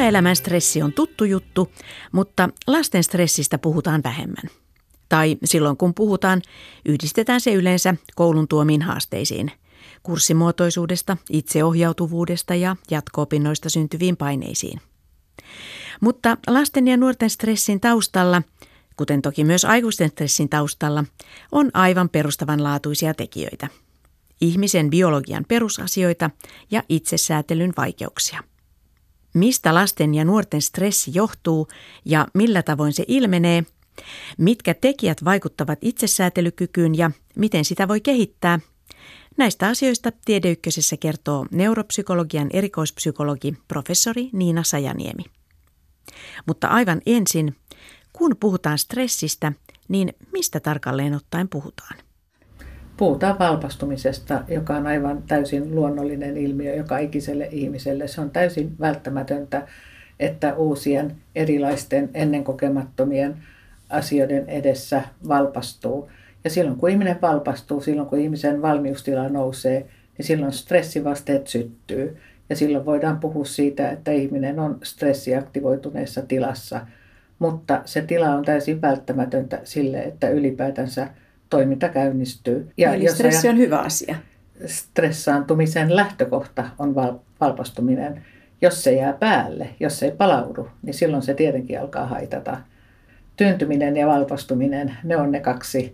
Työelämän stressi on tuttu juttu, mutta lasten stressistä puhutaan vähemmän. Tai silloin kun puhutaan, yhdistetään se yleensä koulun tuomiin haasteisiin. Kurssimuotoisuudesta, itseohjautuvuudesta ja jatko-opinnoista syntyviin paineisiin. Mutta lasten ja nuorten stressin taustalla, kuten toki myös aikuisten stressin taustalla, on aivan perustavanlaatuisia tekijöitä. Ihmisen biologian perusasioita ja itsesäätelyn vaikeuksia. Mistä lasten ja nuorten stressi johtuu ja millä tavoin se ilmenee, mitkä tekijät vaikuttavat itsesäätelykykyyn ja miten sitä voi kehittää, näistä asioista Tiede Ykkösessä kertoo neuropsykologian erikoispsykologi professori Niina Sajaniemi. Mutta aivan ensin, kun puhutaan stressistä, niin mistä tarkalleen ottaen puhutaan? Puhutaan valpastumisesta, joka on aivan täysin luonnollinen ilmiö joka ikiselle ihmiselle. Se on täysin välttämätöntä, että uusien erilaisten ennenkokemattomien asioiden edessä valpastuu. Ja silloin kun ihminen valpastuu, silloin kun ihmisen valmiustila nousee, niin silloin stressivasteet syttyy. Ja silloin voidaan puhua siitä, että ihminen on stressiaktivoituneessa tilassa. Mutta se tila on täysin välttämätöntä sille, että ylipäätänsä toiminta käynnistyy. Ja eli stressi on hyvä asia. Stressaantumisen lähtökohta on valpastuminen. Jos se jää päälle, jos se ei palaudu, niin silloin se tietenkin alkaa haitata. Työntyminen ja valpastuminen, ne on ne kaksi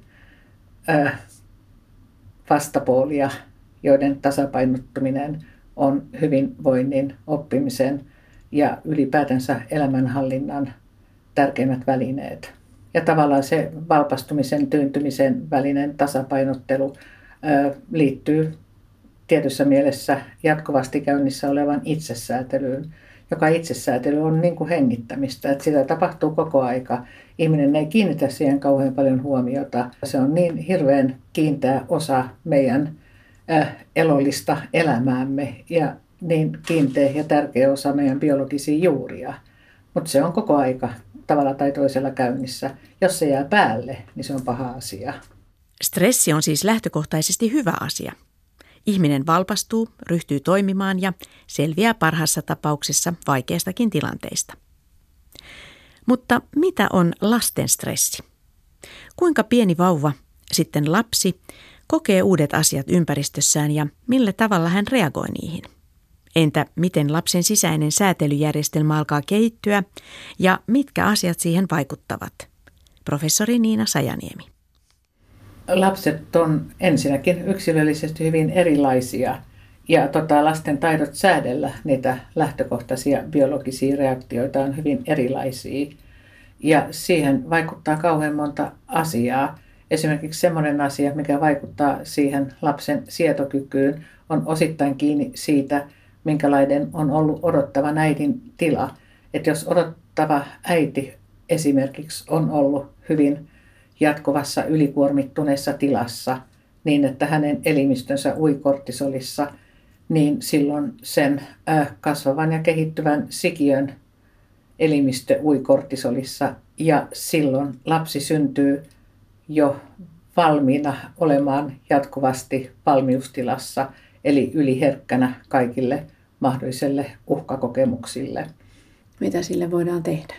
vastapuolia, joiden tasapainottuminen on hyvinvoinnin, oppimisen ja ylipäätänsä elämänhallinnan tärkeimmät välineet. Ja tavallaan se valpastumisen, työntymisen välinen tasapainottelu liittyy tietyssä mielessä jatkuvasti käynnissä olevan itsesäätelyyn, joka itsesäätely on niin kuin hengittämistä, että sitä tapahtuu koko aika. Ihminen ei kiinnitä siihen kauhean paljon huomiota. Se on niin hirveän kiinteä osa meidän elollista elämäämme ja niin kiinteä ja tärkeä osa meidän biologisia juuria. Mutta se on koko aika tavalla tai toisella käynnissä. Jos se jää päälle, niin se on paha asia. Stressi on siis lähtökohtaisesti hyvä asia. Ihminen valpastuu, ryhtyy toimimaan ja selviää parhaassa tapauksessa vaikeistakin tilanteista. Mutta mitä on lasten stressi? Kuinka pieni vauva, sitten lapsi, kokee uudet asiat ympäristössään ja millä tavalla hän reagoi niihin? Entä miten lapsen sisäinen säätelyjärjestelmä alkaa kehittyä ja mitkä asiat siihen vaikuttavat? Professori Niina Sajaniemi. Lapset on ensinnäkin yksilöllisesti hyvin erilaisia ja lasten taidot säädellä niitä lähtökohtaisia biologisia reaktioita on hyvin erilaisia. Ja siihen vaikuttaa kauhean monta asiaa. Esimerkiksi semmoinen asia, mikä vaikuttaa siihen lapsen sietokykyyn, on osittain kiinni siitä, minkälainen on ollut odottavan äidin tila. Että jos odottava äiti esimerkiksi on ollut hyvin jatkuvassa ylikuormittuneessa tilassa niin, että hänen elimistönsä ui kortisolissa, niin silloin sen kasvavan ja kehittyvän sikiön elimistö ui kortisolissa ja silloin lapsi syntyy jo valmiina olemaan jatkuvasti valmiustilassa, eli yliherkkänä kaikille mahdollisille uhkakokemuksille. Mitä sille voidaan tehdä?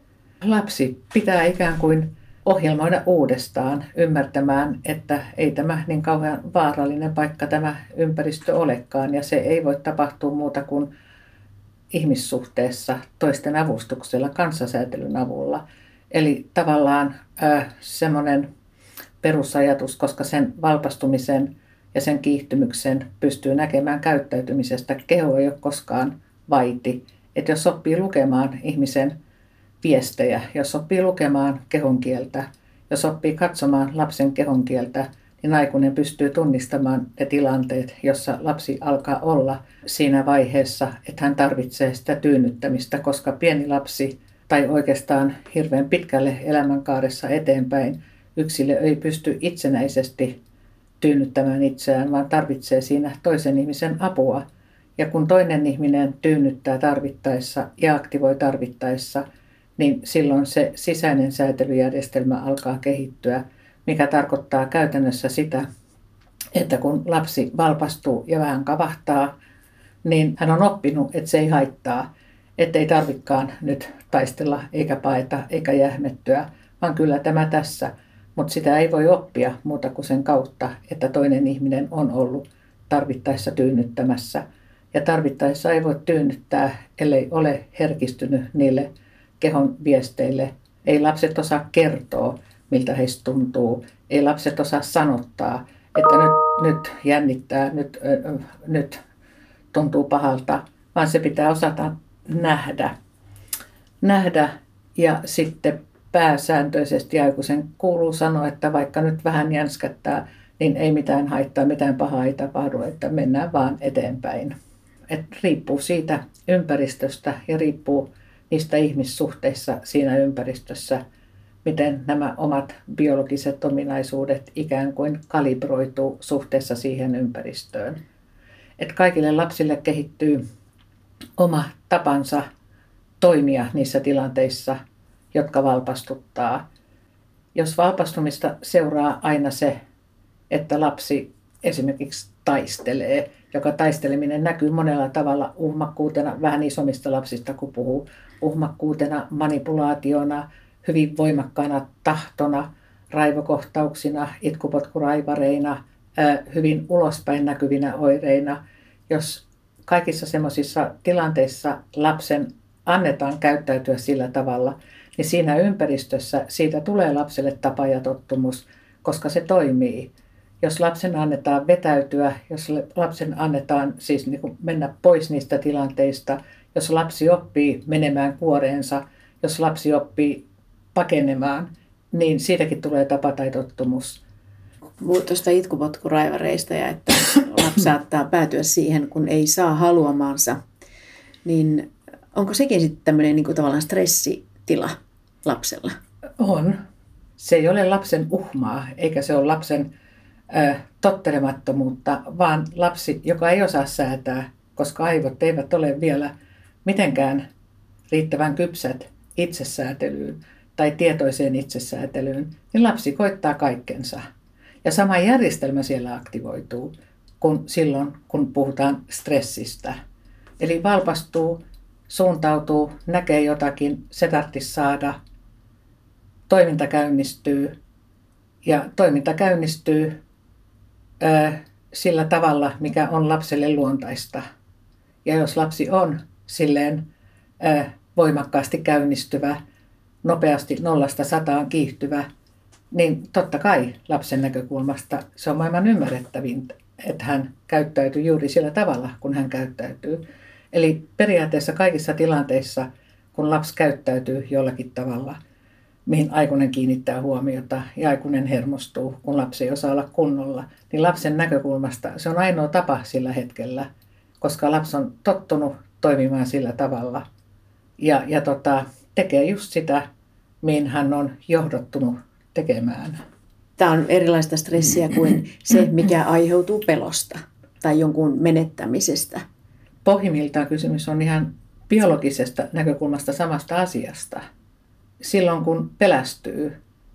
Lapsi pitää ikään kuin ohjelmoida uudestaan ymmärtämään, että ei tämä niin kauhean vaarallinen paikka tämä ympäristö olekaan ja se ei voi tapahtua muuta kuin ihmissuhteessa, toisten avustuksella, kanssasäätelyn avulla. Eli tavallaan semmoinen perusajatus, koska sen valpastumisen ja sen kiihtymyksen pystyy näkemään käyttäytymisestä. Keho ei ole koskaan vaiti. Että jos oppii lukemaan ihmisen viestejä, jos oppii lukemaan kehonkieltä, jos oppii katsomaan lapsen kehonkieltä, niin aikuinen pystyy tunnistamaan ne tilanteet, jossa lapsi alkaa olla siinä vaiheessa, että hän tarvitsee sitä tyynnyttämistä, koska pieni lapsi tai oikeastaan hirveän pitkälle elämänkaaressa eteenpäin yksilö ei pysty itsenäisesti tyynnyttämään itseään, vaan tarvitsee siinä toisen ihmisen apua. Ja kun toinen ihminen tyynnyttää tarvittaessa ja aktivoi tarvittaessa, niin silloin se sisäinen säätelyjärjestelmä alkaa kehittyä, mikä tarkoittaa käytännössä sitä, että kun lapsi valpastuu ja vähän kavahtaa, niin hän on oppinut, että se ei haittaa. ettei tarvikaan nyt taistella eikä paeta eikä jähmettyä, vaan kyllä tämä tässä. Mutta sitä ei voi oppia muuta kuin sen kautta, että toinen ihminen on ollut tarvittaessa tyynnyttämässä. Ja tarvittaessa ei voi tyynnyttää, ellei ole herkistynyt niille kehon viesteille. Ei lapset osaa kertoa, miltä heistä tuntuu. Ei lapset osaa sanottaa, että nyt jännittää, nyt tuntuu pahalta, vaan se pitää osata nähdä ja sitten pääsääntöisesti aikuisen kuuluu sanoa, että vaikka nyt vähän jänskättää, niin ei mitään haittaa, mitään pahaa ei tapahdu, että mennään vaan eteenpäin. Et riippuu siitä ympäristöstä ja riippuu niistä ihmissuhteissa siinä ympäristössä, miten nämä omat biologiset ominaisuudet ikään kuin kalibroituu suhteessa siihen ympäristöön. Et kaikille lapsille kehittyy oma tapansa toimia niissä tilanteissa, jotka valpastuttaa. Jos valpastumista seuraa aina se, että lapsi esimerkiksi taistelee, joka taisteleminen näkyy monella tavalla uhmakkuutena, vähän isommista lapsista kun puhuu, uhmakkuutena, manipulaationa, hyvin voimakkaana tahtona, raivokohtauksina, itkupotkuraivareina, hyvin ulospäin näkyvinä oireina. Jos kaikissa semmoisissa tilanteissa lapsen annetaan käyttäytyä sillä tavalla, niin siinä ympäristössä siitä tulee lapselle tapa ja tottumus, koska se toimii. Jos lapsen annetaan vetäytyä, jos lapsen annetaan siis niin kuin mennä pois niistä tilanteista, jos lapsi oppii menemään kuoreensa, jos lapsi oppii pakenemaan, niin siitäkin tulee tapa tai tottumus. Puhut tuosta itkupotkuraivareista ja että lapsi saattaa päätyä siihen, kun ei saa haluamansa, niin onko sekin sitten tämmöinen niin kuin tavallaan stressitila lapsella? On. Se ei ole lapsen uhmaa, eikä se ole lapsen tottelemattomuutta, vaan lapsi, joka ei osaa säätää, koska aivot eivät ole vielä mitenkään riittävän kypsät itsesäätelyyn tai tietoiseen itsesäätelyyn, niin lapsi koittaa kaikkensa. Ja sama järjestelmä siellä aktivoituu kuin silloin, kun puhutaan stressistä. Eli valpastuu, suuntautuu, näkee jotakin, se tarvitsisi saada, toiminta käynnistyy ja toiminta käynnistyy sillä tavalla, mikä on lapselle luontaista. Ja jos lapsi on silleen voimakkaasti käynnistyvä, nopeasti 0–100 kiihtyvä, niin totta kai lapsen näkökulmasta se on maailman ymmärrettävintä, että hän käyttäytyy juuri sillä tavalla, kun hän käyttäytyy. Eli periaatteessa kaikissa tilanteissa, kun lapsi käyttäytyy jollakin tavalla, mihin aikuinen kiinnittää huomiota ja aikuinen hermostuu, kun lapsi ei osaa olla kunnolla, niin lapsen näkökulmasta se on ainoa tapa sillä hetkellä, koska lapsi on tottunut toimimaan sillä tavalla ja tekee just sitä, mihin hän on johdottunut tekemään. Tämä on erilaista stressiä kuin se, mikä aiheutuu pelosta tai jonkun menettämisestä. Pohjimmiltaan kysymys on ihan biologisesta näkökulmasta samasta asiasta. Silloin kun pelästyy,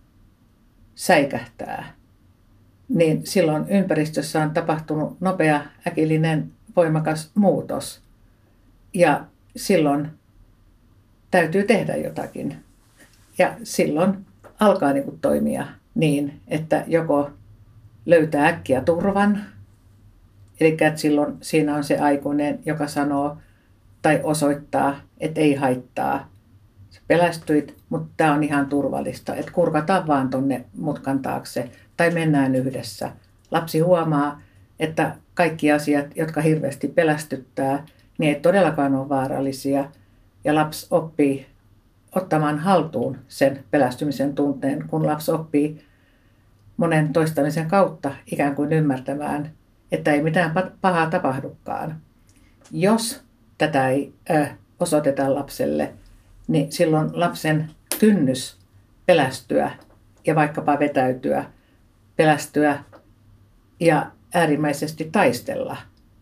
säikähtää, niin silloin ympäristössä on tapahtunut nopea, äkillinen, voimakas muutos. Ja silloin täytyy tehdä jotakin. Ja silloin alkaa toimia niin, että joko löytää äkkiä turvan, eli että silloin siinä on se aikuinen, joka sanoo tai osoittaa, että ei haittaa. Sä pelästyit, mutta tämä on ihan turvallista, että kurkataan vaan tonne mutkan taakse tai mennään yhdessä. Lapsi huomaa, että kaikki asiat, jotka hirveästi pelästyttää, niin ei todellakaan ole vaarallisia ja lapsi oppii ottamaan haltuun sen pelästymisen tunteen, kun lapsi oppii monen toistamisen kautta ikään kuin ymmärtämään, että ei mitään pahaa tapahdukaan. Jos tätä ei osoiteta lapselle, niin silloin lapsen kynnys pelästyä ja vaikkapa vetäytyä, pelästyä ja äärimmäisesti taistella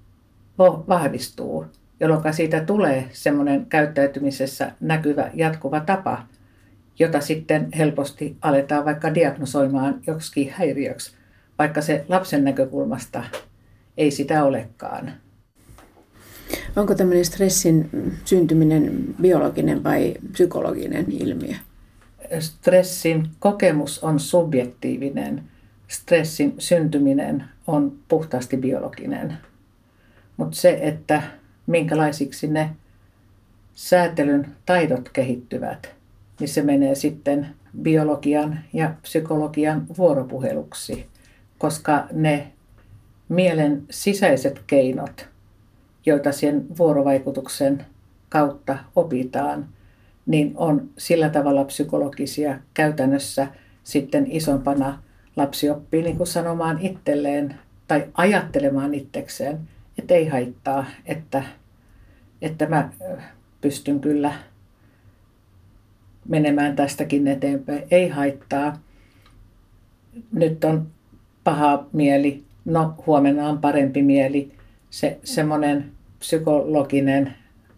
vahvistuu, jolloin siitä tulee semmoinen käyttäytymisessä näkyvä jatkuva tapa, jota sitten helposti aletaan vaikka diagnosoimaan joksikin häiriöksi, vaikka se lapsen näkökulmasta ei sitä olekaan. Onko tämmöinen stressin syntyminen biologinen vai psykologinen ilmiö? Stressin kokemus on subjektiivinen. Stressin syntyminen on puhtaasti biologinen. Mutta se, että minkälaisiksi ne säätelyn taidot kehittyvät, niin se menee sitten biologian ja psykologian vuoropuheluksi, koska ne mielen sisäiset keinot, joita sen vuorovaikutuksen kautta opitaan, niin on sillä tavalla psykologisia käytännössä sitten isompana lapsi oppii niin kuin sanomaan itselleen tai ajattelemaan itsekseen, että ei haittaa, että mä pystyn kyllä menemään tästäkin eteenpäin. Ei haittaa. Nyt on paha mieli, no huomenna on parempi mieli. Se semmoinen psykologinen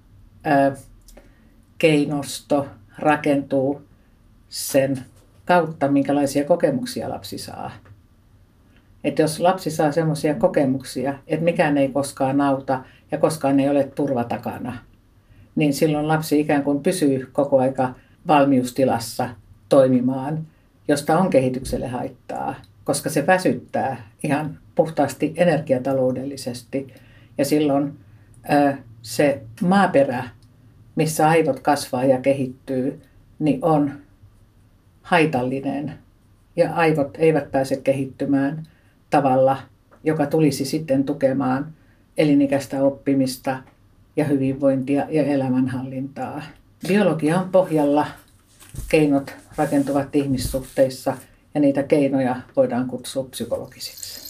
keinosto rakentuu sen kautta, minkälaisia kokemuksia lapsi saa. Että jos lapsi saa semmoisia kokemuksia, että mikään ei koskaan auta ja koskaan ei ole turva takana, niin silloin lapsi ikään kuin pysyy koko aika valmiustilassa toimimaan, josta on kehitykselle haittaa, koska se väsyttää ihan puhtaasti energiataloudellisesti. Ja silloin se maaperä, missä aivot kasvaa ja kehittyy, niin on haitallinen. Ja aivot eivät pääse kehittymään tavalla, joka tulisi sitten tukemaan elinikäistä oppimista ja hyvinvointia ja elämänhallintaa. Biologia on pohjalla, keinot rakentuvat ihmissuhteissa ja niitä keinoja voidaan kutsua psykologisiksi.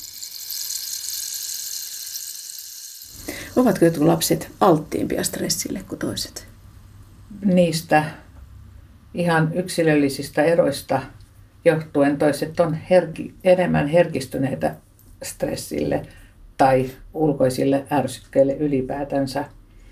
Ovatko jotkut lapset alttiimpia stressille kuin toiset? Niistä ihan yksilöllisistä eroista johtuen toiset on enemmän herkistyneitä stressille tai ulkoisille ärsykkeille ylipäätänsä.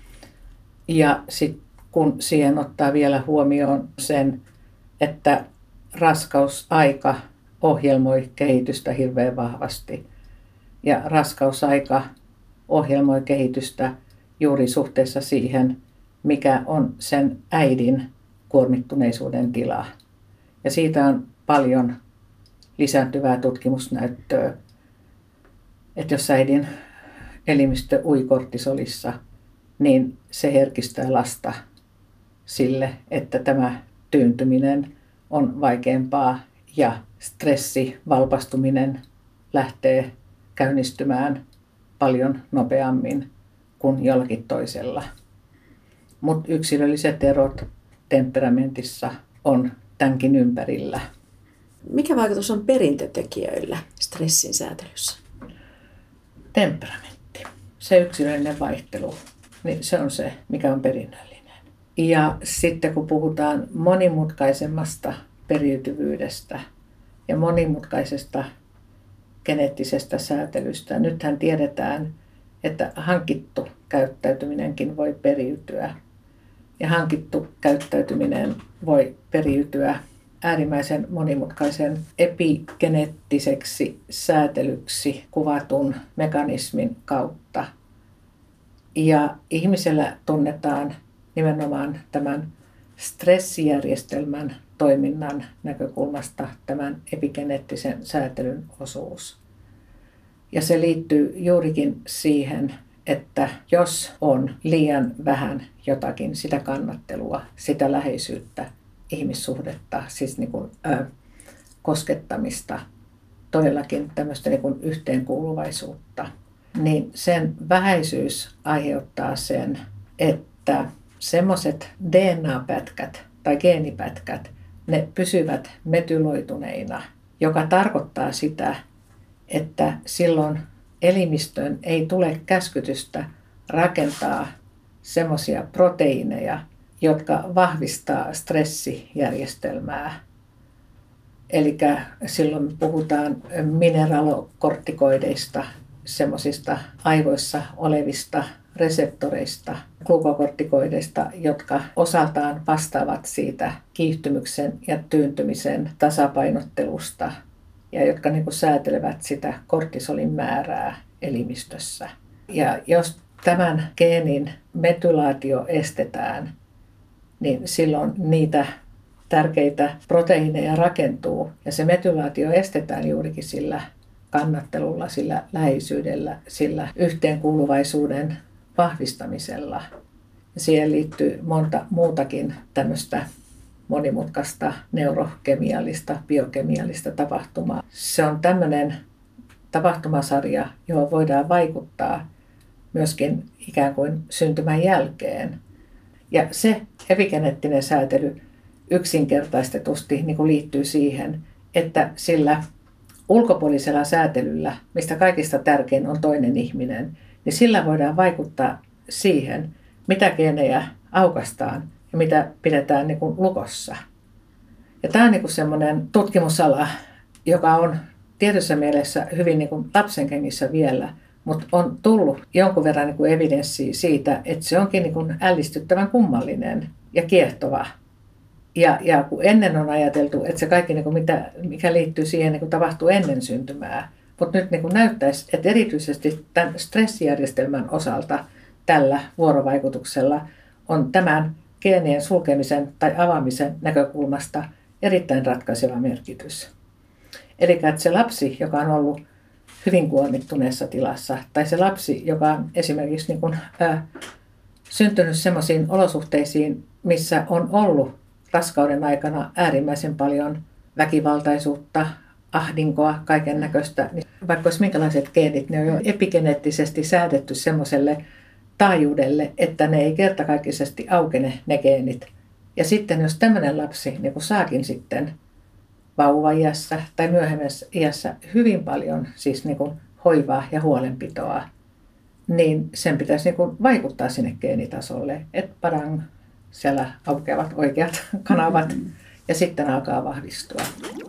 Ja sitten kun siihen ottaa vielä huomioon sen, että raskausaika ohjelmoi kehitystä hirveän vahvasti. Ja raskausaika ohjelmoi kehitystä juuri suhteessa siihen, mikä on sen äidin kuormittuneisuuden tila. Ja siitä on paljon lisääntyvää tutkimusnäyttöä, että jos äidin elimistö ui kortisolissa, niin se herkistää lasta sille, että tämä tyyntyminen on vaikeampaa ja stressi, valpastuminen lähtee käynnistymään paljon nopeammin kuin jollakin toisella. Mutta yksilölliset erot temperamentissa on tämänkin ympärillä. Mikä vaikutus on perintötekijöillä stressin säätelyssä? Temperamentti, se yksilöllinen vaihtelu, niin se on se, mikä on perinnöllinen. Ja sitten kun puhutaan monimutkaisemmasta periytyvyydestä ja monimutkaisesta geneettisestä säätelystä, nythän tiedetään, että hankittu käyttäytyminenkin voi periytyä. Ja hankittu käyttäytyminen voi periytyä äärimmäisen monimutkaisen epigeneettiseksi säätelyksi kuvatun mekanismin kautta. Ja ihmisellä tunnetaan nimenomaan tämän stressijärjestelmän toiminnan näkökulmasta tämän epigeneettisen säätelyn osuus. Ja se liittyy juurikin siihen, että jos on liian vähän jotakin, sitä kannattelua, sitä läheisyyttä, ihmissuhdetta, siis niin kuin, koskettamista, todellakin tämmöistä niin kuin yhteenkuuluvaisuutta, niin sen vähäisyys aiheuttaa sen, että semmoiset DNA-pätkät tai geenipätkät, ne pysyvät metyloituneina, joka tarkoittaa sitä, että silloin elimistöön ei tule käskytystä rakentaa semmoisia proteiineja, jotka vahvistaa stressijärjestelmää. Eli silloin me puhutaan mineralokortikoideista, semmoisista aivoissa olevista reseptoreista, glukokortikoideista, jotka osaltaan vastaavat siitä kiihtymyksen ja tyyntymisen tasapainottelusta ja jotka niin kuin säätelevät sitä kortisolin määrää elimistössä. Ja jos tämän geenin metylaatio estetään, niin silloin niitä tärkeitä proteiineja rakentuu. Ja se metylaatio estetään juurikin sillä kannattelulla, sillä läheisyydellä, sillä yhteenkuuluvaisuuden vahvistamisella. Ja siihen liittyy monta muutakin tämmöistä monimutkaista neurokemiallista, biokemiallista tapahtumaa. Se on tämmöinen tapahtumasarja, johon voidaan vaikuttaa myöskin ikään kuin syntymän jälkeen. Ja se epigeneettinen säätely yksinkertaistetusti niin kuin liittyy siihen, että sillä ulkopuolisella säätelyllä, mistä kaikista tärkein on toinen ihminen, niin sillä voidaan vaikuttaa siihen, mitä geenejä aukaistaan ja mitä pidetään niin kuin lukossa. Ja tämä on niin kuin semmoinen tutkimusala, joka on tietyssä mielessä hyvin niin kuin lapsenkengissä vielä, mutta on tullut jonkun verran niin kuin evidenssiä siitä, että se onkin niin kuin ällistyttävän kummallinen ja kiehtova. Ja kun ennen on ajateltu, että se kaikki, niin kuin mikä liittyy siihen, niin kuin tapahtuu ennen syntymää, mutta nyt niin kuin näyttäisi, että erityisesti tämän stressijärjestelmän osalta tällä vuorovaikutuksella on tämän geenien sulkemisen tai avaamisen näkökulmasta erittäin ratkaiseva merkitys. Eli että se lapsi, joka on ollut hyvin kuormittuneessa tilassa, tai se lapsi, joka on esimerkiksi niin kuin, syntynyt sellaisiin olosuhteisiin, missä on ollut raskauden aikana äärimmäisen paljon väkivaltaisuutta, ahdinkoa, kaiken näköistä, niin vaikka olisi minkälaiset geenit, ne on jo epigeneettisesti säädetty semmoiselle taajuudelle, että ne ei kertakaikkisesti aukene ne geenit. Ja sitten jos tämmöinen lapsi niin kuin saakin sitten vauva-iässä tai myöhemmässä iässä hyvin paljon siis niin kuin hoivaa ja huolenpitoa, niin sen pitäisi niin kuin vaikuttaa sinne geenitasolle, että padang, siellä aukeavat oikeat kanavat ja sitten alkaa vahvistua.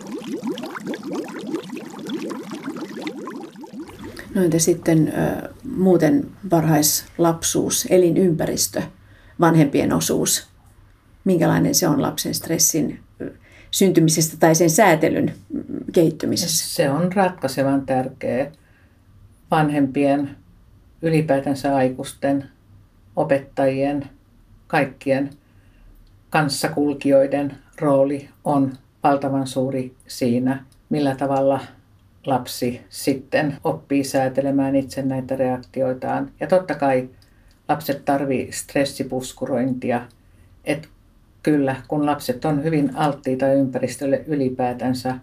No entä sitten muuten varhaislapsuus, elinympäristö, vanhempien osuus? Minkälainen se on lapsen stressin syntymisestä tai sen säätelyn kehittymisessä? Se on ratkaisevan tärkeä. Vanhempien, ylipäätänsä aikuisten, opettajien, kaikkien kanssakulkijoiden rooli on valtavan suuri siinä, millä tavalla lapsi sitten oppii säätelemään itse näitä reaktioitaan. Ja totta kai lapset tarvitsevat stressipuskurointia. Että kyllä, kun lapset on hyvin alttiita ympäristölle ylipäätänsä,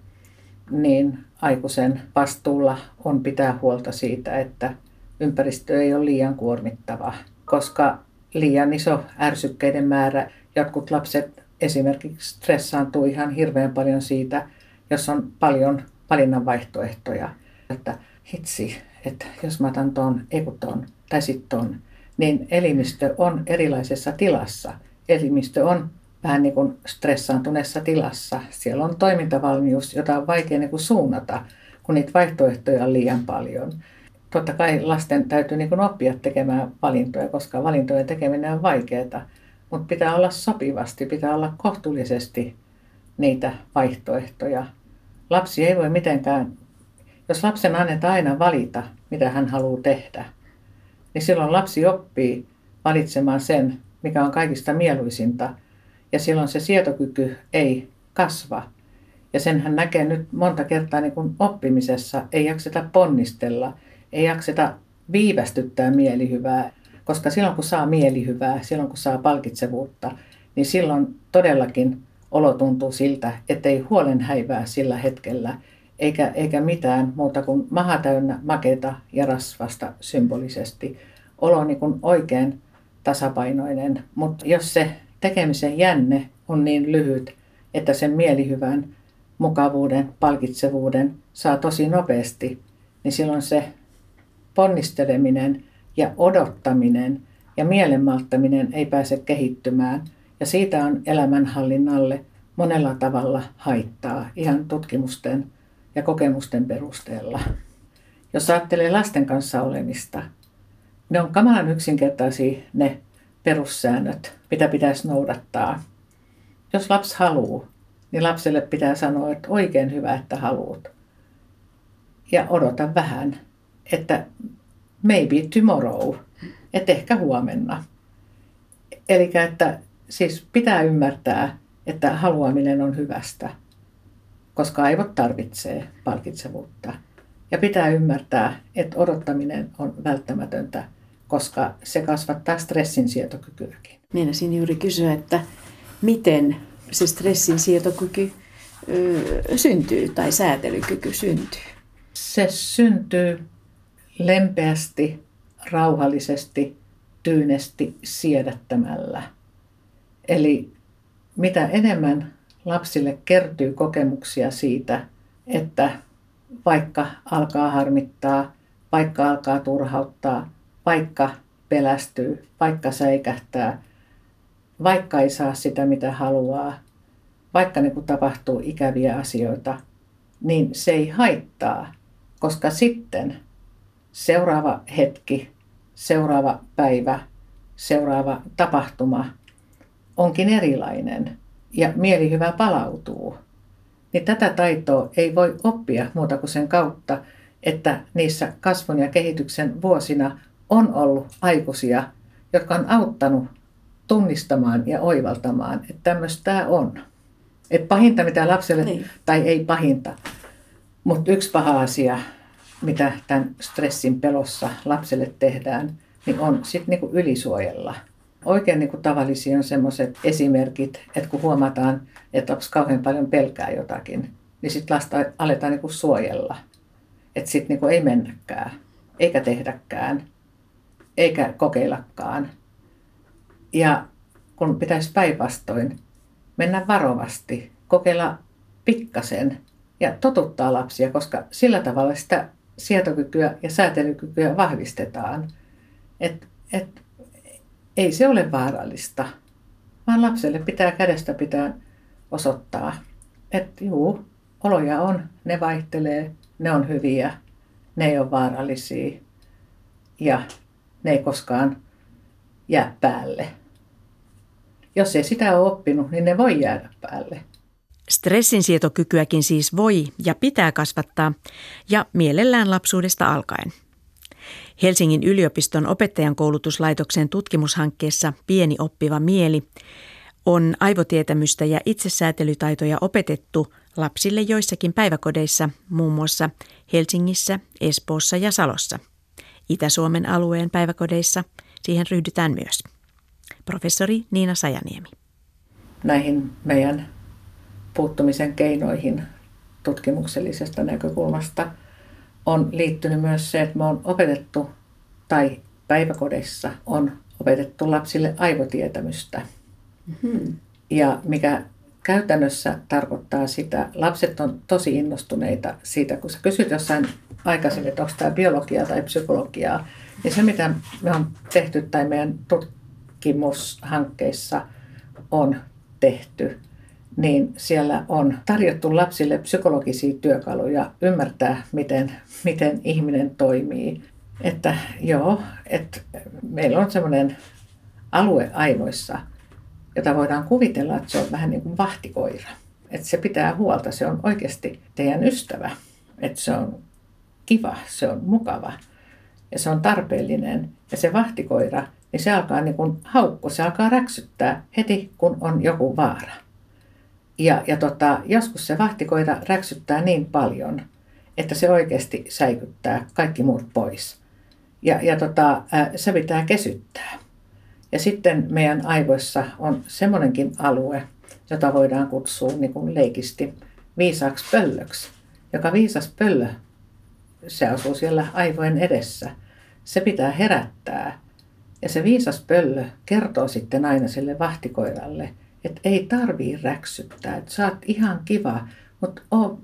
niin aikuisen vastuulla on pitää huolta siitä, että ympäristö ei ole liian kuormittava, koska liian iso ärsykkeiden määrä, jotkut lapset esimerkiksi stressaantuu ihan hirveän paljon siitä, jos on paljon valinnan vaihtoehtoja, että hitsi, että jos mä otan ton, ei kun ton, tai sit ton, niin elimistö on erilaisessa tilassa. Elimistö on vähän niin kuin stressaantuneessa tilassa. Siellä on toimintavalmius, jota on vaikea niin kuin suunnata, kun niitä vaihtoehtoja on liian paljon. Totta kai lasten täytyy niin kuin oppia tekemään valintoja, koska valintojen tekeminen on vaikeaa, mutta pitää olla sopivasti, pitää olla kohtuullisesti niitä vaihtoehtoja. Lapsi ei voi mitenkään, jos lapsen annetaan aina valita, mitä hän haluaa tehdä, niin silloin lapsi oppii valitsemaan sen, mikä on kaikista mieluisinta, ja silloin se sietokyky ei kasva. Ja sen hän näkee nyt monta kertaa niin kuin oppimisessa, ei jakseta ponnistella, ei jakseta viivästyttää mielihyvää, koska silloin kun saa mielihyvää, silloin kun saa palkitsevuutta, niin silloin todellakin olo tuntuu siltä, ettei huolen häivää sillä hetkellä, eikä mitään muuta kuin maha täynnä makeata ja rasvasta symbolisesti. Olo on niin kuin oikein tasapainoinen, mutta jos se tekemisen jänne on niin lyhyt, että sen mielihyvän, mukavuuden, palkitsevuuden saa tosi nopeasti, niin silloin se ponnisteleminen ja odottaminen ja mielenmalttaminen ei pääse kehittymään. Ja siitä on elämänhallinnalle monella tavalla haittaa ihan tutkimusten ja kokemusten perusteella. Jos ajattelee lasten kanssa olemista, ne on kamalan yksinkertaisia ne perussäännöt, mitä pitäisi noudattaa. Jos lapsi haluaa, niin lapselle pitää sanoa, että oikein hyvä, että haluat. Ja odota vähän, että maybe tomorrow. että ehkä huomenna. Eli että siis pitää ymmärtää, että haluaminen on hyvästä, koska aivot tarvitsee palkitsevuutta. Ja pitää ymmärtää, että odottaminen on välttämätöntä, koska se kasvattaa stressinsietokykyäkin. Meinasin juuri kysyä, että miten se stressinsietokyky syntyy tai säätelykyky syntyy? Se syntyy lempeästi, rauhallisesti, tyynesti siedättämällä. Eli mitä enemmän lapsille kertyy kokemuksia siitä, että vaikka alkaa harmittaa, vaikka alkaa turhauttaa, vaikka pelästyy, vaikka säikähtää, vaikka ei saa sitä mitä haluaa, vaikka niin kuin tapahtuu ikäviä asioita, niin se ei haittaa, koska sitten seuraava hetki, seuraava päivä, seuraava tapahtuma onkin erilainen ja mielihyvä palautuu. Niin tätä taitoa ei voi oppia muuta kuin sen kautta, että niissä kasvun ja kehityksen vuosina on ollut aikuisia, jotka on auttanut tunnistamaan ja oivaltamaan, että tämmöistä tämä on. Että pahinta mitä lapselle, tai ei pahinta, mutta yksi paha asia, mitä tämän stressin pelossa lapselle tehdään, niin on sitten niinku ylisuojella. Oikein niinku tavallisia on sellaiset esimerkit, että kun huomataan, että lapsi kauhean paljon pelkää jotakin, niin sitten lasta aletaan niinku suojella. Että sitten niinku ei mennäkään, eikä tehdäkään, eikä kokeillakaan. Ja kun pitäisi päinvastoin mennä varovasti, kokeilla pikkasen ja totuttaa lapsia, koska sillä tavalla sitä sietokykyä ja säätelykykyä vahvistetaan. Ei se ole vaarallista, vaan lapselle pitää kädestä pitää osoittaa, että juu, oloja on, ne vaihtelee, ne on hyviä, ne ei ole vaarallisia ja ne ei koskaan jää päälle. Jos ei sitä ole oppinut, niin ne voi jäädä päälle. Stressinsietokykyäkin siis voi ja pitää kasvattaa, ja mielellään lapsuudesta alkaen. Helsingin yliopiston opettajankoulutuslaitoksen tutkimushankkeessa Pieni oppiva mieli on aivotietämystä ja itsesäätelytaitoja opetettu lapsille joissakin päiväkodeissa, muun muassa Helsingissä, Espoossa ja Salossa. Itä-Suomen alueen päiväkodeissa siihen ryhdytään myös. Professori Niina Sajaniemi. Näihin meidän puuttumisen keinoihin tutkimuksellisesta näkökulmasta on liittynyt myös se, että me on opetettu tai päiväkodeissa on opetettu lapsille aivotietämystä. Mm-hmm. Ja mikä käytännössä tarkoittaa sitä, lapset on tosi innostuneita siitä, kun sä kysyt jossain aikaisemmin, että onko tämä biologiaa tai psykologiaa, niin se mitä me on tehty tai meidän tutkimushankkeissa on tehty, niin siellä on tarjottu lapsille psykologisia työkaluja ymmärtää, miten ihminen toimii. Että meillä on semmoinen alue aivoissa, jota voidaan kuvitella, että se on vähän niin kuin vahtikoira. Että se pitää huolta, se on oikeasti teidän ystävä. Että se on kiva, se on mukava ja se on tarpeellinen. Ja se vahtikoira, niin se alkaa niin kuin haukku, se alkaa räksyttää heti, kun on joku vaara. Ja joskus se vahtikoira räksyttää niin paljon, että se oikeasti säikyttää kaikki muut pois. Ja se pitää kesyttää. Ja sitten meidän aivoissa on semmoinenkin alue, jota voidaan kutsua niin kuin leikisti viisaaksi pöllöksi. Joka viisas pöllö, se asuu siellä aivojen edessä. Se pitää herättää. Ja se viisas pöllö kertoo sitten aina sille vahtikoiralle, että ei tarvii räksyttää, että sä oot ihan kiva, mutta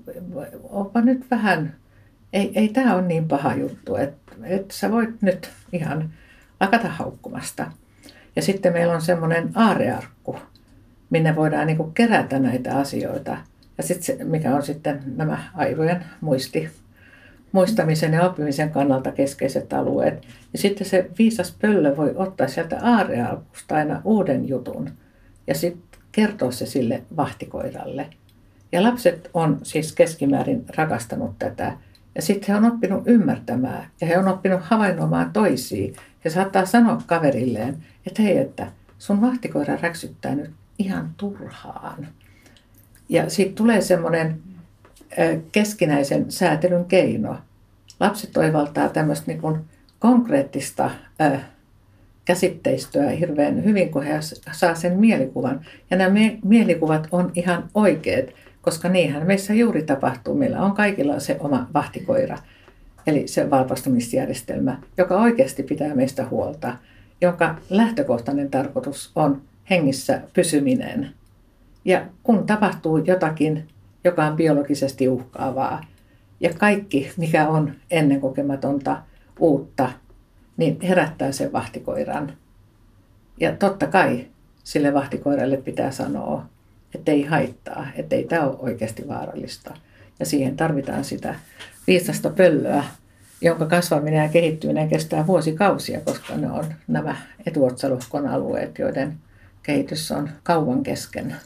oopa nyt vähän, ei tää ole niin paha juttu, että sä voit nyt ihan lakata haukkumasta. Ja sitten meillä on semmoinen aarrearkku, minne voidaan niinku kerätä näitä asioita. Ja sitten mikä on sitten nämä aivojen muistamisen ja oppimisen kannalta keskeiset alueet. Ja sitten se viisas pöllö voi ottaa sieltä aarrearkusta aina uuden jutun ja sitten kertoa se sille vahtikoiralle. Ja lapset on siis keskimäärin rakastanut tätä. Ja sitten he on oppinut ymmärtämään ja he on oppinut havainnoimaan toisia. Se saattaa sanoa kaverilleen, että hei, että sun vahtikoira räksyttää nyt ihan turhaan. Ja siitä tulee semmoinen keskinäisen säätelyn keino. Lapset oivaltaa tämmöistä niin kuin konkreettista käsitteistöä hirveän hyvin, kun he saa sen mielikuvan. Ja nämä mielikuvat on ihan oikeat, koska niinhän meissä juuri tapahtuu. Meillä on kaikilla se oma vahtikoira, eli se valpastumisjärjestelmä, joka oikeasti pitää meistä huolta, jonka lähtökohtainen tarkoitus on hengissä pysyminen. Ja kun tapahtuu jotakin, joka on biologisesti uhkaavaa, ja kaikki, mikä on ennenkokematonta, uutta, niin herättää sen vahtikoiran. Ja totta kai sille vahtikoiralle pitää sanoa, että ei haittaa, että ei tämä ole oikeasti vaarallista. Ja siihen tarvitaan sitä viisasta pöllöä, jonka kasvaminen ja kehittyminen kestää vuosikausia, koska ne on nämä etuotsalohkon alueet, joiden kehitys on kauan kesken.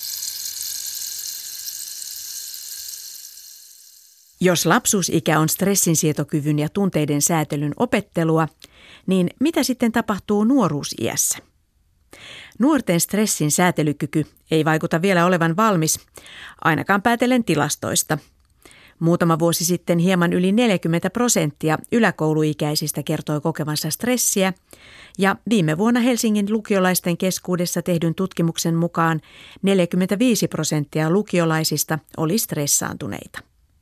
Jos lapsuusikä on stressinsietokyvyn ja tunteiden säätelyn opettelua, niin mitä sitten tapahtuu nuoruusiässä? Nuorten stressin säätelykyky ei vaikuta vielä olevan valmis, ainakaan päätellen tilastoista. Muutama vuosi sitten hieman yli 40% yläkouluikäisistä kertoi kokevansa stressiä, ja viime vuonna Helsingin lukiolaisten keskuudessa tehdyn tutkimuksen mukaan 45% lukiolaisista oli stressaantuneita.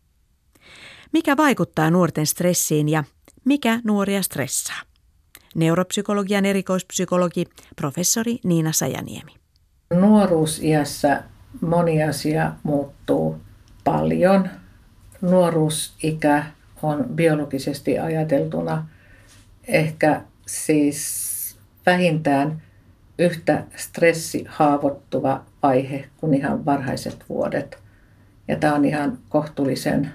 Mikä vaikuttaa nuorten stressiin ja mikä nuoria stressaa? Neuropsykologian erikoispsykologi professori Niina Sajaniemi. Nuoruusiässä moni asia muuttuu paljon. Nuoruusikä on biologisesti ajateltuna ehkä siis vähintään yhtä stressihaavoittuva vaihe kuin ihan varhaiset vuodet. Ja tämä on ihan kohtuullisen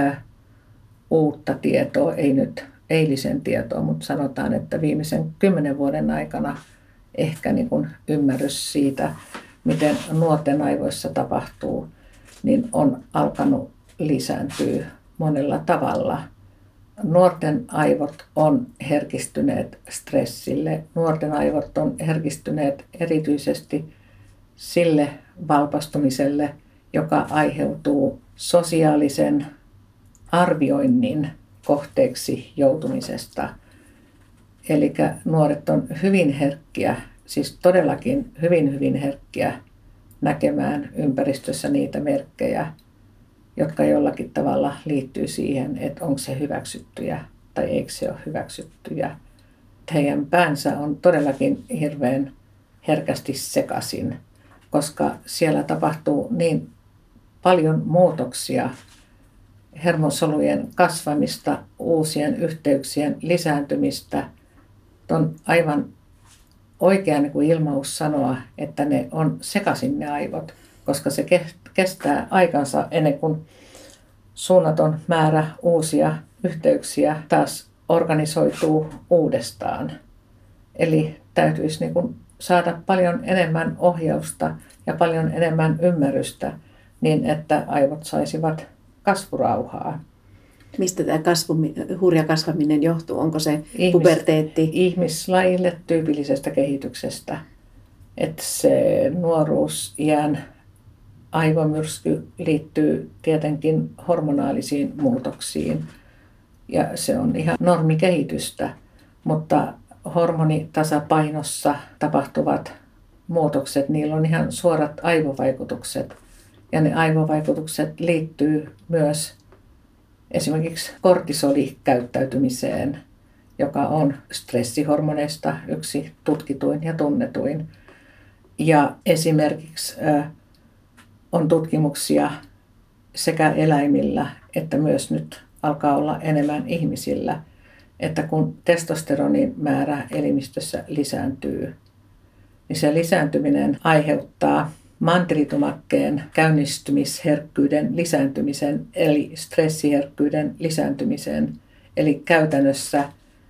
uutta tietoa, ei nyt eilisen tietoa, mutta sanotaan, että viimeisen 10 vuoden aikana ehkä niin kuin ymmärrys siitä, miten nuorten aivoissa tapahtuu, niin on alkanut lisääntyä monella tavalla. Nuorten aivot on herkistyneet stressille. Nuorten aivot on herkistyneet erityisesti sille valpastumiselle, joka aiheutuu sosiaalisen arvioinnin kohteeksi joutumisesta. Eli nuoret on hyvin herkkiä, siis todellakin hyvin herkkiä näkemään ympäristössä niitä merkkejä, jotka jollakin tavalla liittyy siihen, että onko se hyväksyttyjä tai eikö se ole hyväksyttyjä. Heidän päänsä on todellakin hirveän herkästi sekaisin, koska siellä tapahtuu niin paljon muutoksia, hermosolujen kasvamista, uusien yhteyksien lisääntymistä. On aivan oikea niin kuin ilmaus sanoa, että ne on sekaisin ne aivot, koska se kestää aikansa ennen kuin suunnaton määrä uusia yhteyksiä taas organisoituu uudestaan. Eli täytyisi niin kuin saada paljon enemmän ohjausta ja paljon enemmän ymmärrystä niin, että aivot saisivat kasvurauhaa. Mistä tämä hurja kasvaminen johtuu? Onko se puberteetti? Ihmislajille tyypillisestä kehityksestä. Että se nuoruusiän aivomyrsky liittyy tietenkin hormonaalisiin muutoksiin. Ja se on ihan normikehitystä. Mutta hormonitasapainossa tapahtuvat muutokset, niillä on ihan suorat aivovaikutukset. Ja ne aivovaikutukset liittyy myös esimerkiksi kortisolikäyttäytymiseen, joka on stressihormoneista yksi tutkituin ja tunnetuin. Ja esimerkiksi on tutkimuksia sekä eläimillä että myös nyt alkaa olla enemmän ihmisillä, että kun testosteronin määrä elimistössä lisääntyy, niin se lisääntyminen aiheuttaa mantelitumakkeen käynnistymisherkkyyden lisääntymisen, eli stressiherkkyyden lisääntymisen. Eli käytännössä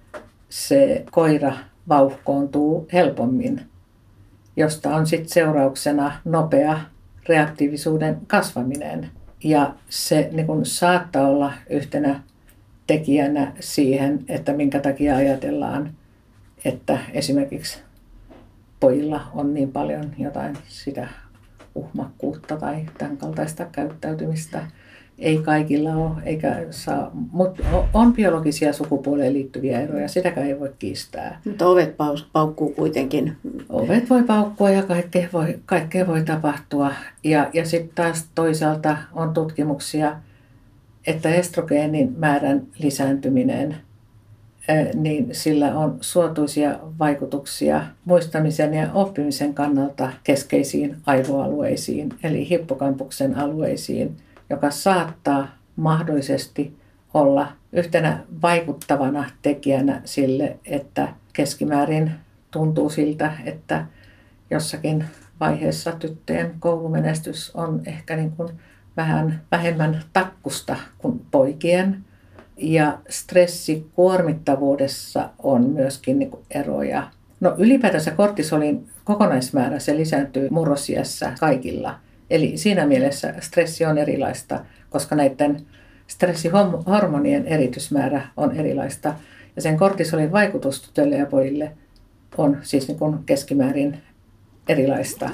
se koira vauhkoontuu helpommin, josta on sitten seurauksena nopea reaktiivisuuden kasvaminen. Ja se niin kun saattaa olla yhtenä tekijänä siihen, että minkä takia ajatellaan, että esimerkiksi pojilla on niin paljon jotain sitä uhmakkuutta tai tämän kaltaista käyttäytymistä. Ei kaikilla ole, eikä saa, mutta on biologisia sukupuoleen liittyviä eroja, sitäkään ei voi kiistää. Mutta ovet paukkuu kuitenkin. Ovet voi paukkua ja kaikkea voi tapahtua. Ja sitten taas toisaalta on tutkimuksia, että estrogeenin määrän lisääntyminen, niin sillä on suotuisia vaikutuksia muistamisen ja oppimisen kannalta keskeisiin aivoalueisiin, eli hippokampuksen alueisiin, joka saattaa mahdollisesti olla yhtenä vaikuttavana tekijänä sille, että keskimäärin tuntuu siltä, että jossakin vaiheessa tyttöjen koulumenestys on ehkä niin kuin vähän vähemmän takkusta kuin poikien. Ja stressikuormittavuudessa on myöskin niin kuin eroja. No ylipäätänsä kortisolin kokonaismäärä se lisääntyy murrosiässä kaikilla. Eli siinä mielessä stressi on erilaista, koska näiden stressihormonien eritysmäärä on erilaista. Ja sen kortisolin vaikutus tytöille ja pojille on siis niin kuin keskimäärin erilaista.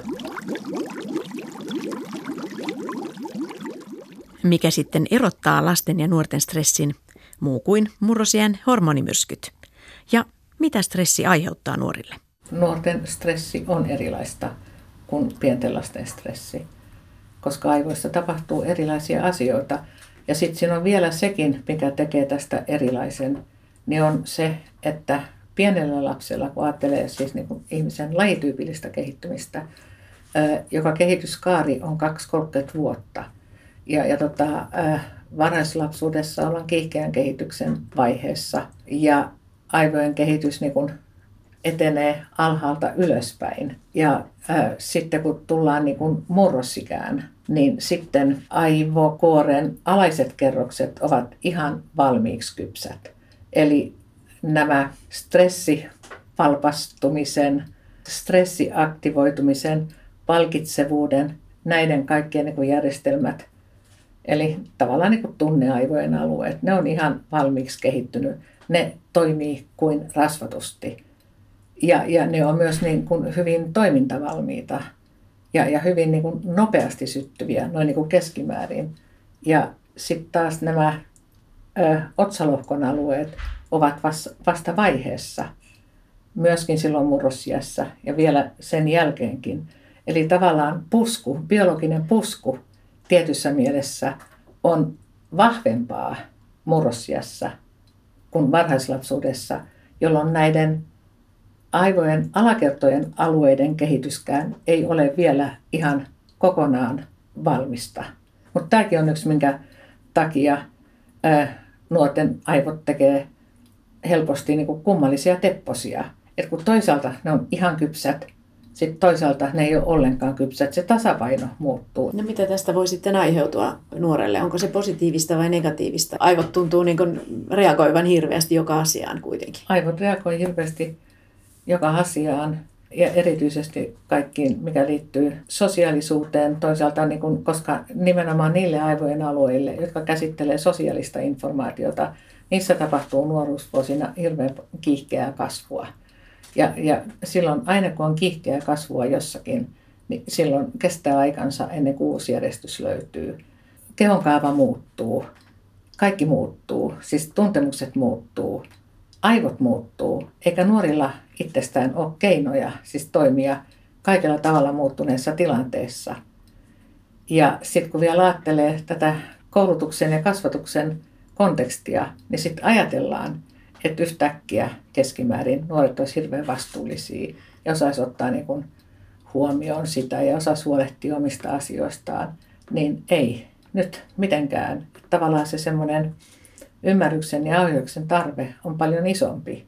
Mikä sitten erottaa lasten ja nuorten stressin muu kuin murrosiän hormonimyrskyt? Ja mitä stressi aiheuttaa nuorille? Nuorten stressi on erilaista kuin pienten lasten stressi, koska aivoissa tapahtuu erilaisia asioita. Ja sitten siinä on vielä sekin, mikä tekee tästä erilaisen, niin on se, että pienellä lapsella, kun ajattelee siis niin kuin ihmisen lajityypillistä kehittymistä, joka kehityskaari on 2-30 vuotta. Varhaislapsuudessa ollaan kiihkeän kehityksen vaiheessa ja aivojen kehitys niin kuin etenee alhaalta ylöspäin. Ja sitten kun tullaan niin kuin murrosikään, niin sitten aivokuoren alaiset kerrokset ovat ihan valmiiksi kypsät. Eli nämä stressipalpastumisen, stressiaktivoitumisen, palkitsevuuden, näiden kaikkien niin kuin järjestelmät, eli tavallaan niin kuin tunneaivojen alueet, ne on ihan valmiiksi kehittynyt. Ne toimii kuin rasvatusti. Ja ne on myös niin kuin hyvin toimintavalmiita ja hyvin niin kuin nopeasti syttyviä, noin niin kuin keskimäärin. Ja sitten taas nämä otsalohkon alueet ovat vasta vaiheessa, myöskin silloin murrosiässä ja vielä sen jälkeenkin. Eli tavallaan biologinen pusku tietyssä mielessä on vahvempaa murrosiässä kuin varhaislapsuudessa, jolloin näiden aivojen alakertojen alueiden kehityskään ei ole vielä ihan kokonaan valmista. Mutta tämäkin on yksi, minkä takia nuorten aivot tekee helposti niin kuin kummallisia tepposia. Et kun toisaalta ne on ihan kypsät, sitten toisaalta ne ei ole ollenkaan kypsät, se tasapaino muuttuu. No mitä tästä voi sitten aiheutua nuorelle? Onko se positiivista vai negatiivista? Aivot tuntuu niin kuin reagoivan hirveästi joka asiaan kuitenkin. Aivot reagoi hirveästi joka asiaan ja erityisesti kaikkiin, mikä liittyy sosiaalisuuteen toisaalta, niin kuin, koska nimenomaan niille aivojen alueille, jotka käsittelee sosiaalista informaatiota, niissä tapahtuu nuoruusvuosina hirveän kiihkeää kasvua. Ja silloin aina kun on kiihkeää kasvua jossakin, niin silloin kestää aikansa ennen kuin uusi järjestys löytyy. Kehonkaava muuttuu, kaikki muuttuu, siis tuntemukset muuttuu, aivot muuttuu, eikä nuorilla itsestään ole keinoja siis toimia kaikella tavalla muuttuneessa tilanteessa. Ja sitten kun vielä ajattelee tätä koulutuksen ja kasvatuksen kontekstia, niin sitten ajatellaan, että yhtäkkiä keskimäärin nuoret olisivat hirveän vastuullisia ja osaisi ottaa niin kuin huomioon sitä ja osaisi huolehtia omista asioistaan, niin ei nyt mitenkään. Tavallaan se semmoinen ymmärryksen ja ohjauksen tarve on paljon isompi.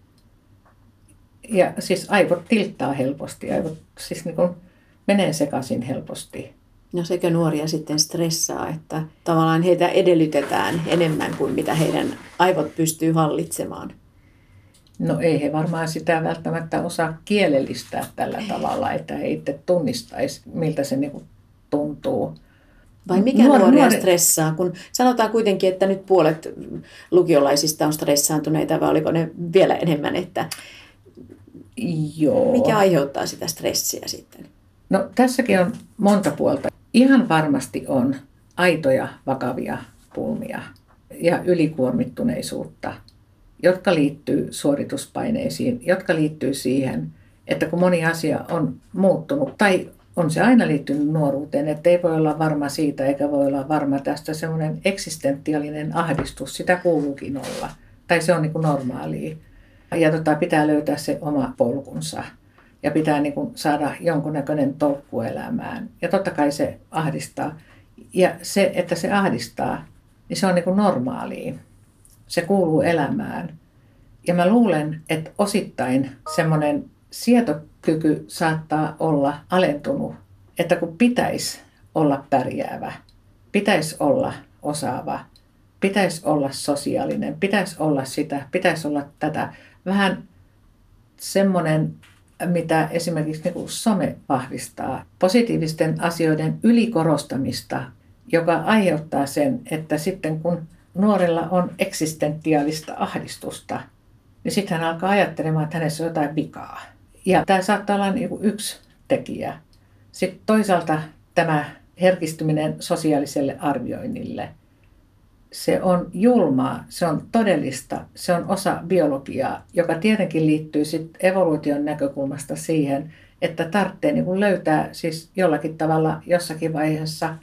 Ja siis aivot tilttaa helposti, aivot siis niin kuin menee sekaisin helposti. No sekö nuoria sitten stressaa, että tavallaan heitä edellytetään enemmän kuin mitä heidän aivot pystyy hallitsemaan? No ei he varmaan sitä välttämättä osaa kielellistää tällä tavalla, että he itse tunnistaisi, miltä se niin tuntuu. Vai mikä nuoria stressaa? Kun sanotaan kuitenkin, että nyt puolet lukiolaisista on stressaantuneita, vai oliko ne vielä enemmän, että Joo. Mikä aiheuttaa sitä stressiä sitten? No tässäkin on monta puolta. Ihan varmasti on aitoja, vakavia pulmia ja ylikuormittuneisuutta, jotka liittyy suorituspaineisiin, jotka liittyy siihen, että kun moni asia on muuttunut tai on se aina liittynyt nuoruuteen, että ei voi olla varma siitä eikä voi olla varma tästä, semmoinen eksistentiaalinen ahdistus, sitä kuuluukin olla. Tai se on niin kuin normaalia. Ja pitää löytää se oma polkunsa ja pitää niin kuin saada jonkunnäköinen tolkku elämään. Ja totta kai se ahdistaa. Ja se, että se ahdistaa, niin se on niin kuin normaalia. Se kuuluu elämään. Ja mä luulen, että osittain semmoinen sietokyky saattaa olla alentunut, että kun pitäisi olla pärjäävä, pitäisi olla osaava, pitäisi olla sosiaalinen, pitäisi olla sitä, pitäisi olla tätä. Vähän semmoinen, mitä esimerkiksi niin kuin some vahvistaa, positiivisten asioiden ylikorostamista, joka aiheuttaa sen, että sitten kun nuorella on eksistentiaalista ahdistusta, niin sitten hän alkaa ajattelemaan, että hänessä on jotain vikaa. Ja tämä saattaa olla niin kuin yksi tekijä. Sitten toisaalta tämä herkistyminen sosiaaliselle arvioinnille, se on julmaa, se on todellista, se on osa biologiaa, joka tietenkin liittyy sitten evoluution näkökulmasta siihen, että tarvitsee niin kuin löytää siis jollakin tavalla jossakin vaiheessa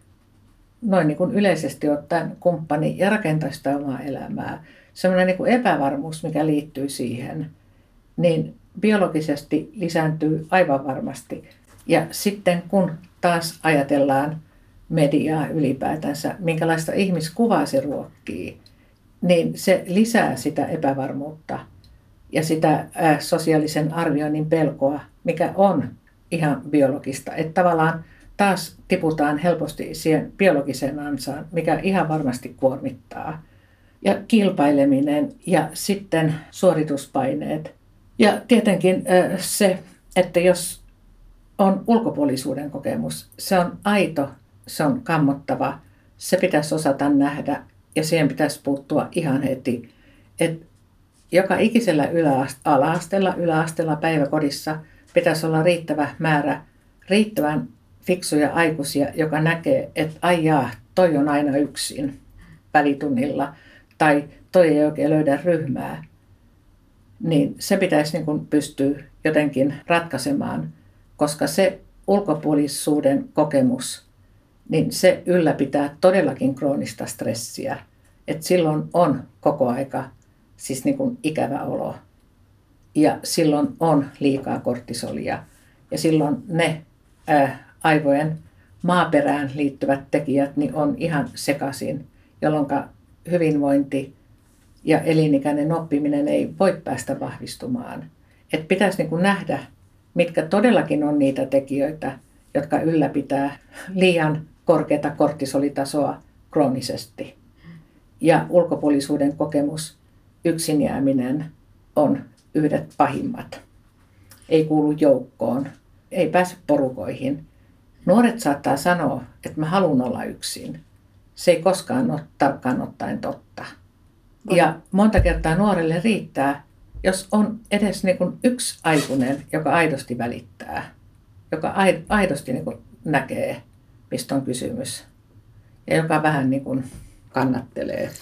noin niin kuin yleisesti ottaen kumppani ja rakentaa sitä omaa elämää. Sellainen niin kuin epävarmuus, mikä liittyy siihen, niin biologisesti lisääntyy aivan varmasti. Ja sitten kun taas ajatellaan mediaa ylipäätänsä, minkälaista ihmiskuvaa se ruokkii, niin se lisää sitä epävarmuutta ja sitä sosiaalisen arvioinnin pelkoa, mikä on ihan biologista. Että tavallaan taas tiputaan helposti siihen biologiseen ansaan, mikä ihan varmasti kuormittaa. Ja kilpaileminen ja sitten suorituspaineet. Ja tietenkin se, että jos on ulkopuolisuuden kokemus, se on aito, se on kammottava, se pitäisi osata nähdä ja siihen pitäisi puuttua ihan heti. Et joka ikisellä ala-asteella, yläasteella, päiväkodissa pitäisi olla riittävä määrä riittävän fiksuja aikuisia, joka näkee, että ai jaa, toi on aina yksin välitunnilla tai toi ei oikein löydä ryhmää. Niin se pitäisi niin kuin pystyä jotenkin ratkaisemaan, koska se ulkopuolisuuden kokemus, niin se ylläpitää todellakin kroonista stressiä. Et silloin on koko aika siis niin kuin ikävä olo ja silloin on liikaa kortisolia ja silloin ne aivojen maaperään liittyvät tekijät niin on ihan sekaisin, jolloin hyvinvointi ja elinikäinen oppiminen ei voi päästä vahvistumaan. Et pitäisi niin kuin nähdä, mitkä todellakin on niitä tekijöitä, jotka ylläpitää liian korkeata kortisolitasoa kroonisesti. Ja ulkopuolisuuden kokemus, yksin jääminen on yhdet pahimmat. Ei kuulu joukkoon, ei pääse porukoihin. Nuoret saattaa sanoa, että mä haluan olla yksin. Se ei koskaan ole tarkkaan ottaen totta. Ja monta kertaa nuorelle riittää, jos on edes niin kuin yksi aikuinen, joka aidosti välittää, joka aidosti niin kuin näkee, mistä on kysymys ja joka vähän niin kuin kannattelee.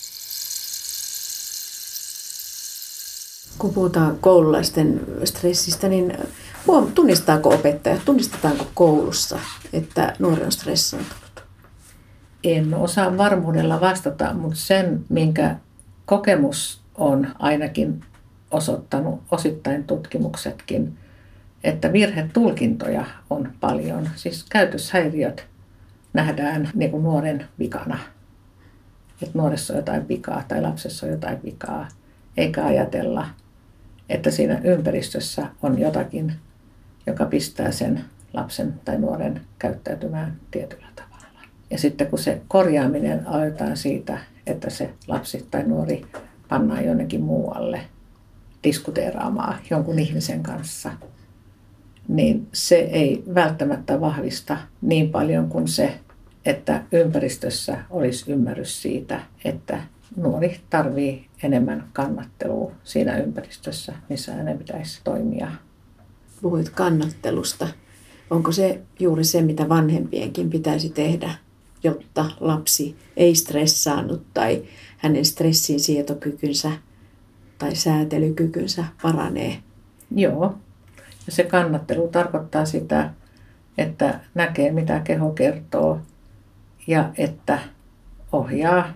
Kun puhutaan koululaisten stressistä, niin tunnistaako opettajat, tunnistetaanko koulussa, että nuori on stressaantunut? En osaa varmuudella vastata, mutta sen, minkä kokemus on ainakin osoittanut, osittain tutkimuksetkin, että virhetulkintoja on paljon. Siis käytöshäiriöt nähdään niin kuin nuoren vikana. Että nuoressa on jotain vikaa tai lapsessa on jotain vikaa. Eikä ajatella, että siinä ympäristössä on jotakin, joka pistää sen lapsen tai nuoren käyttäytymään tietyllä tavalla. Ja sitten kun se korjaaminen aloitetaan siitä, että se lapsi tai nuori pannaan jonnekin muualle diskuteeraamaan jonkun ihmisen kanssa, niin se ei välttämättä vahvista niin paljon kuin se, että ympäristössä olisi ymmärrys siitä, että nuori tarvii enemmän kannattelua siinä ympäristössä, missä hänen pitäisi toimia. Puhuit kannattelusta. Onko se juuri se, mitä vanhempienkin pitäisi tehdä, jotta lapsi ei stressaannut tai hänen stressin sietokykynsä tai säätelykykynsä paranee? Joo. Ja se kannattelu tarkoittaa sitä, että näkee mitä keho kertoo ja että ohjaa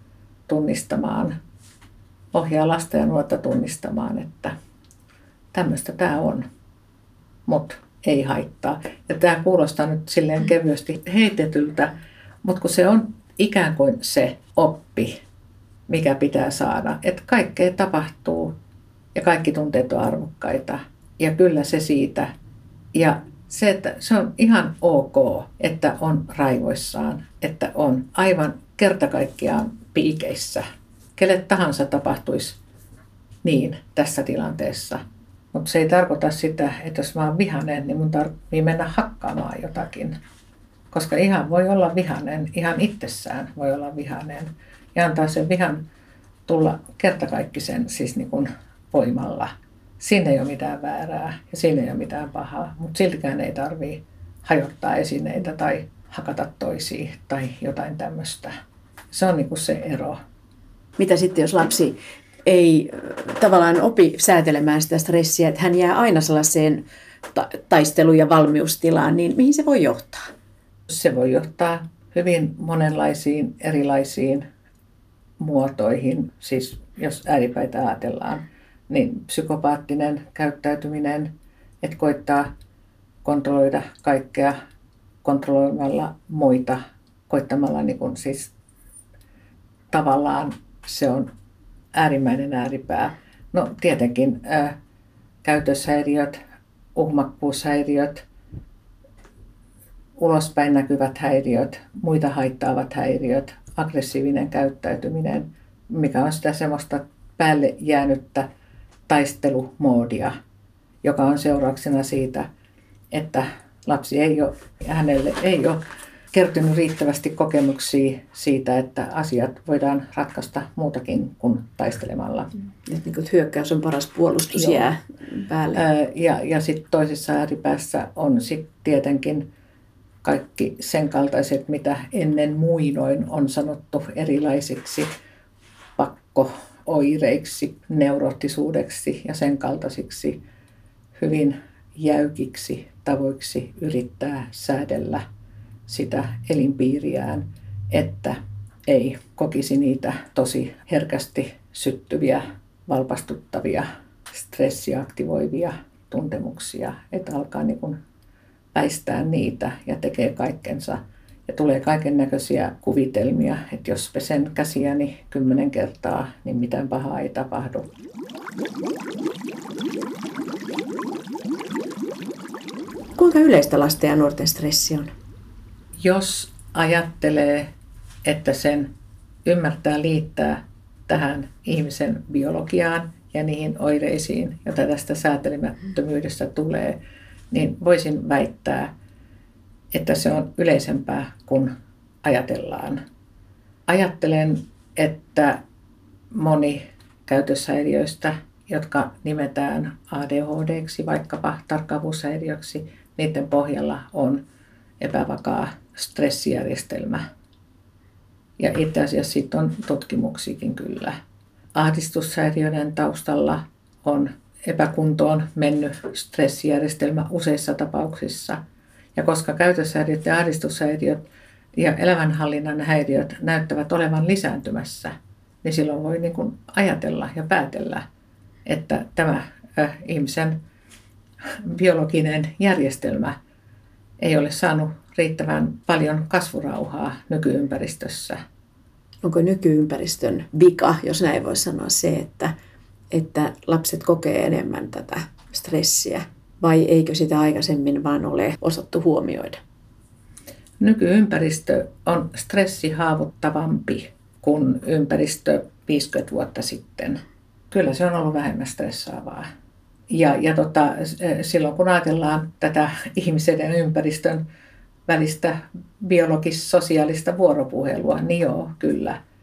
lasta ja nuorta tunnistamaan, että tämmöistä tämä on, mutta ei haittaa. Ja tämä kuulostaa nyt silleen kevyesti heitetyltä, mutta kun se on ikään kuin se oppi, mikä pitää saada, että kaikkea tapahtuu ja kaikki tunteet on arvokkaita ja kyllä se siitä. Ja se, että se on ihan ok, että on raivoissaan, että on aivan kerta kaikkiaan piikeissä. Kelle tahansa tapahtuisi niin tässä tilanteessa. Mutta se ei tarkoita sitä, että jos mä oon vihainen, niin mun tarvitsee mennä hakkaamaan jotakin. Koska ihan voi olla vihainen, ihan itsessään voi olla vihainen. Ja antaa sen vihan tulla kertakaikkisen siis niin kuin voimalla. Siinä ei ole mitään väärää ja siinä ei ole mitään pahaa, mutta siltikään ei tarvitse hajottaa esineitä tai hakata toisiin tai jotain tämmöistä. Se on niin kuin se ero. Mitä sitten, jos lapsi ei tavallaan opi säätelemään sitä stressiä, että hän jää aina sellaiseen taistelu- ja valmiustilaan, niin mihin se voi johtaa? Se voi johtaa hyvin monenlaisiin erilaisiin muotoihin. Siis jos ääripäitä ajatellaan, niin psykopaattinen käyttäytyminen, että koittaa kontrolloida kaikkea kontrolloimalla muita, koittamalla niin kuin siis tavallaan se on äärimmäinen ääripää. No tietenkin käytöshäiriöt, uhmakkuushäiriöt, ulospäin näkyvät häiriöt, muita haittaavat häiriöt, aggressiivinen käyttäytyminen, mikä on sitä semmoista päälle jäänyttä taistelumoodia, joka on seurauksena siitä, että hänelle ei ole kertynyt riittävästi kokemuksia siitä, että asiat voidaan ratkaista muutakin kuin taistelemalla. Niin kuin hyökkäys on paras puolustus jää päälle. Ja sitten toisessa ääripäässä on sitten tietenkin kaikki sen kaltaiset, mitä ennen muinoin on sanottu erilaisiksi pakko-oireiksi, neuroottisuudeksi ja sen kaltaisiksi hyvin jäykiksi tavoiksi yrittää säädellä sitä elinpiiriään, että ei kokisi niitä tosi herkästi syttyviä, valpastuttavia, stressiaktivoivia tuntemuksia, että alkaa niin kuin väistää niitä ja tekee kaikkensa. Ja tulee kaiken näköisiä kuvitelmia, että jos pesen käsiäni 10 kertaa, niin mitään pahaa ei tapahdu. Kuinka yleistä lasten ja nuorten stressi on? Jos ajattelee, että sen ymmärtää liittää tähän ihmisen biologiaan ja niihin oireisiin, joita tästä säätelemättömyydestä tulee, niin voisin väittää, että se on yleisempää kuin ajatellaan. Ajattelen, että moni käytöshäiriöistä, jotka nimetään ADHD:ksi, vaikkapa tarkkaavuushäiriöksi, niiden pohjalla on epävakaa stressijärjestelmä. Ja itse asiassa siitä on tutkimuksiakin kyllä. Ahdistushäiriöiden taustalla on epäkuntoon mennyt stressijärjestelmä useissa tapauksissa. Ja koska käytöshäiriöt ja ahdistushäiriöt ja elämänhallinnan häiriöt näyttävät olevan lisääntymässä, niin silloin voi niin kuin ajatella ja päätellä, että tämä ihmisen biologinen järjestelmä ei ole saanut riittävän paljon kasvurauhaa nykyympäristössä. Onko nykyympäristön vika, jos näin voi sanoa, se, että lapset kokee enemmän tätä stressiä, vai eikö sitä aikaisemmin vaan ole osattu huomioida? Nykyympäristö on stressihaavoittavampi kuin ympäristö 50 vuotta sitten. Kyllä se on ollut vähemmän stressaavaa. Ja silloin kun ajatellaan tätä ihmisen ja ympäristön välistä biologis-sosiaalista vuoropuhelua, niin joo, kyllä.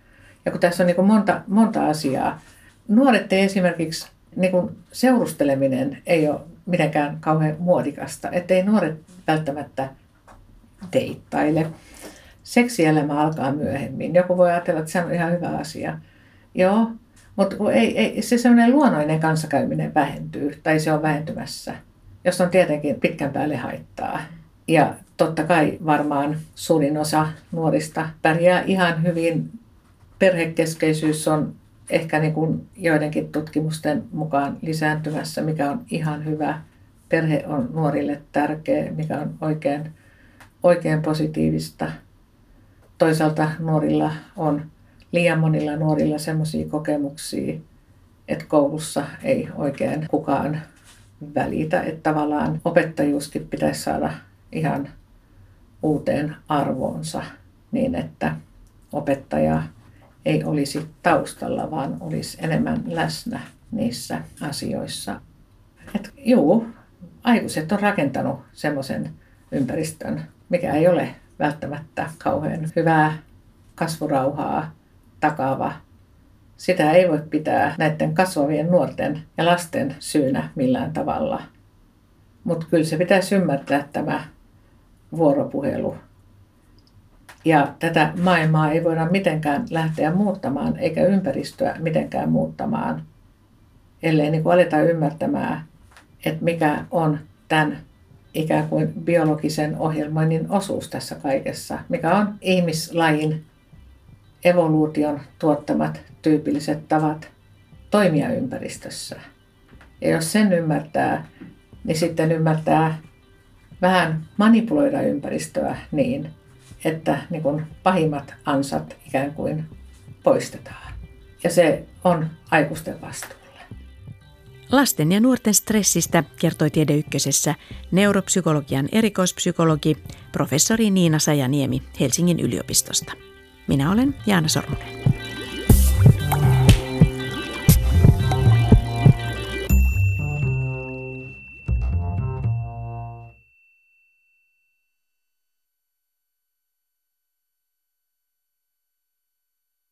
Ja kun tässä on niin kuin monta asiaa. Nuoret ei esimerkiksi, niin kuin seurusteleminen ei ole mitenkään kauhean muodikasta. Että ei nuoret välttämättä deittaile. Seksielämä alkaa myöhemmin. Joku voi ajatella, että se on ihan hyvä asia. Joo, mutta ei se sellainen luonnollinen kanssakäyminen vähentyy tai se on vähentymässä, jos on tietenkin pitkän päälle haittaa. Ja totta kai varmaan suurin osa nuorista pärjää ihan hyvin. Perhekeskeisyys on ehkä niin kuin joidenkin tutkimusten mukaan lisääntymässä, mikä on ihan hyvä. Perhe on nuorille tärkeä, mikä on oikein positiivista. Toisaalta liian monilla nuorilla sellaisia kokemuksia, että koulussa ei oikein kukaan välitä. Että tavallaan opettajuuskin pitäisi saada ihan uuteen arvoonsa niin, että opettaja ei olisi taustalla, vaan olisi enemmän läsnä niissä asioissa. Aikuiset on rakentanut semmoisen ympäristön, mikä ei ole välttämättä kauhean hyvää kasvurauhaa takaava. Sitä ei voi pitää näiden kasvavien nuorten ja lasten syynä millään tavalla. Mutta kyllä se pitäisi ymmärtää tämä vuoropuhelu. Ja tätä maailmaa ei voida mitenkään lähteä muuttamaan, eikä ympäristöä mitenkään muuttamaan, ellei niin kuin aleta ymmärtämään, että mikä on tämän ikään kuin biologisen ohjelmoinnin osuus tässä kaikessa, mikä on ihmislajin evoluution tuottamat tyypilliset tavat toimia ympäristössä. Ja jos sen ymmärtää, niin sitten ymmärtää vähän manipuloida ympäristöä niin, että niin kuin pahimmat ansat ikään kuin poistetaan. Ja se on aikuisten vastuulla. Lasten ja nuorten stressistä kertoi Tiede Ykkösessä neuropsykologian erikoispsykologi professori Niina Sajaniemi Helsingin yliopistosta. Minä olen Jaana Sormunen.